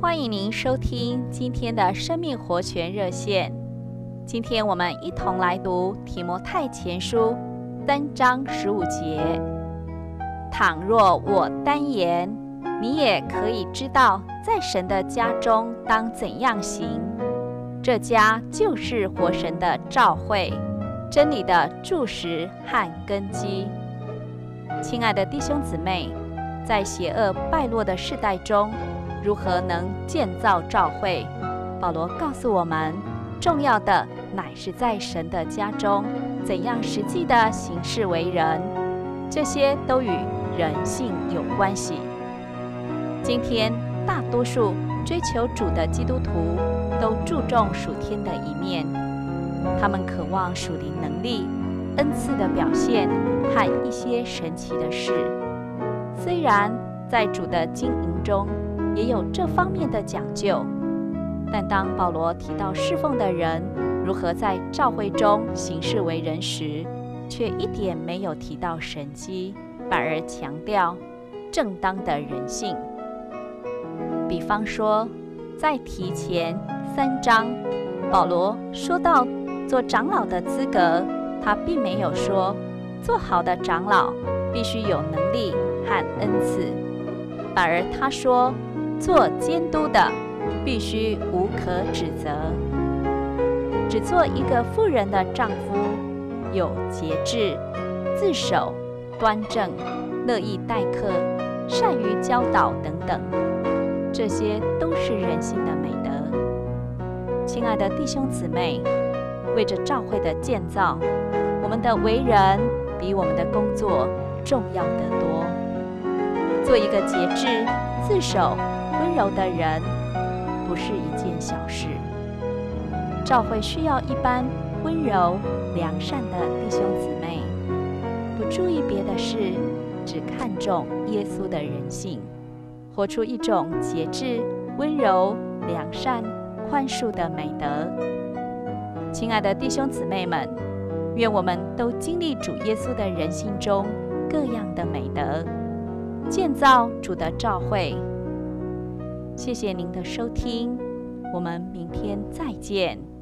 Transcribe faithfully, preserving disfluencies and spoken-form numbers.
欢迎您收听今天的生命活泉热线。今天我们一同来读提摩太前书三章十五节。倘若我单言，你也可以知道在神的家中当怎样行。这家就是活神的召会，真理的柱石和根基。亲爱的弟兄姊妹，在邪恶败落的世代中，如何能建造召会？保罗告诉我们，重要的乃是在神的家中怎样实际的行事为人，这些都与人性有关系。今天大多数追求主的基督徒都注重属天的一面，他们渴望属灵能力、恩赐的表现和一些神奇的事。虽然在主的经营中也有这方面的讲究，但当保罗提到侍奉的人如何在召会中行事为人时，却一点没有提到神迹，反而强调正当的人性。比方说，在提前三章，保罗说到做长老的资格，他并没有说做好的长老必须有能力和恩赐，反而他说做监督的必须无可指责。只做一个妇人的丈夫，有节制、自守、端正、乐意待客、善于教导等等，这些都是人性的美德。亲爱的弟兄姊妹，为着召会的建造，我们的为人比我们的工作重要得多。做一个节制、自守、温柔的人，不是一件小事。召会需要一般温柔、良善的弟兄姊妹，不注意别的事，只看重耶稣的人性，活出一种节制、温柔、良善、宽恕的美德。亲爱的弟兄姊妹们，愿我们都经历主耶稣的人性中各样的美德，建造主的召会。谢谢您的收听，我们明天再见。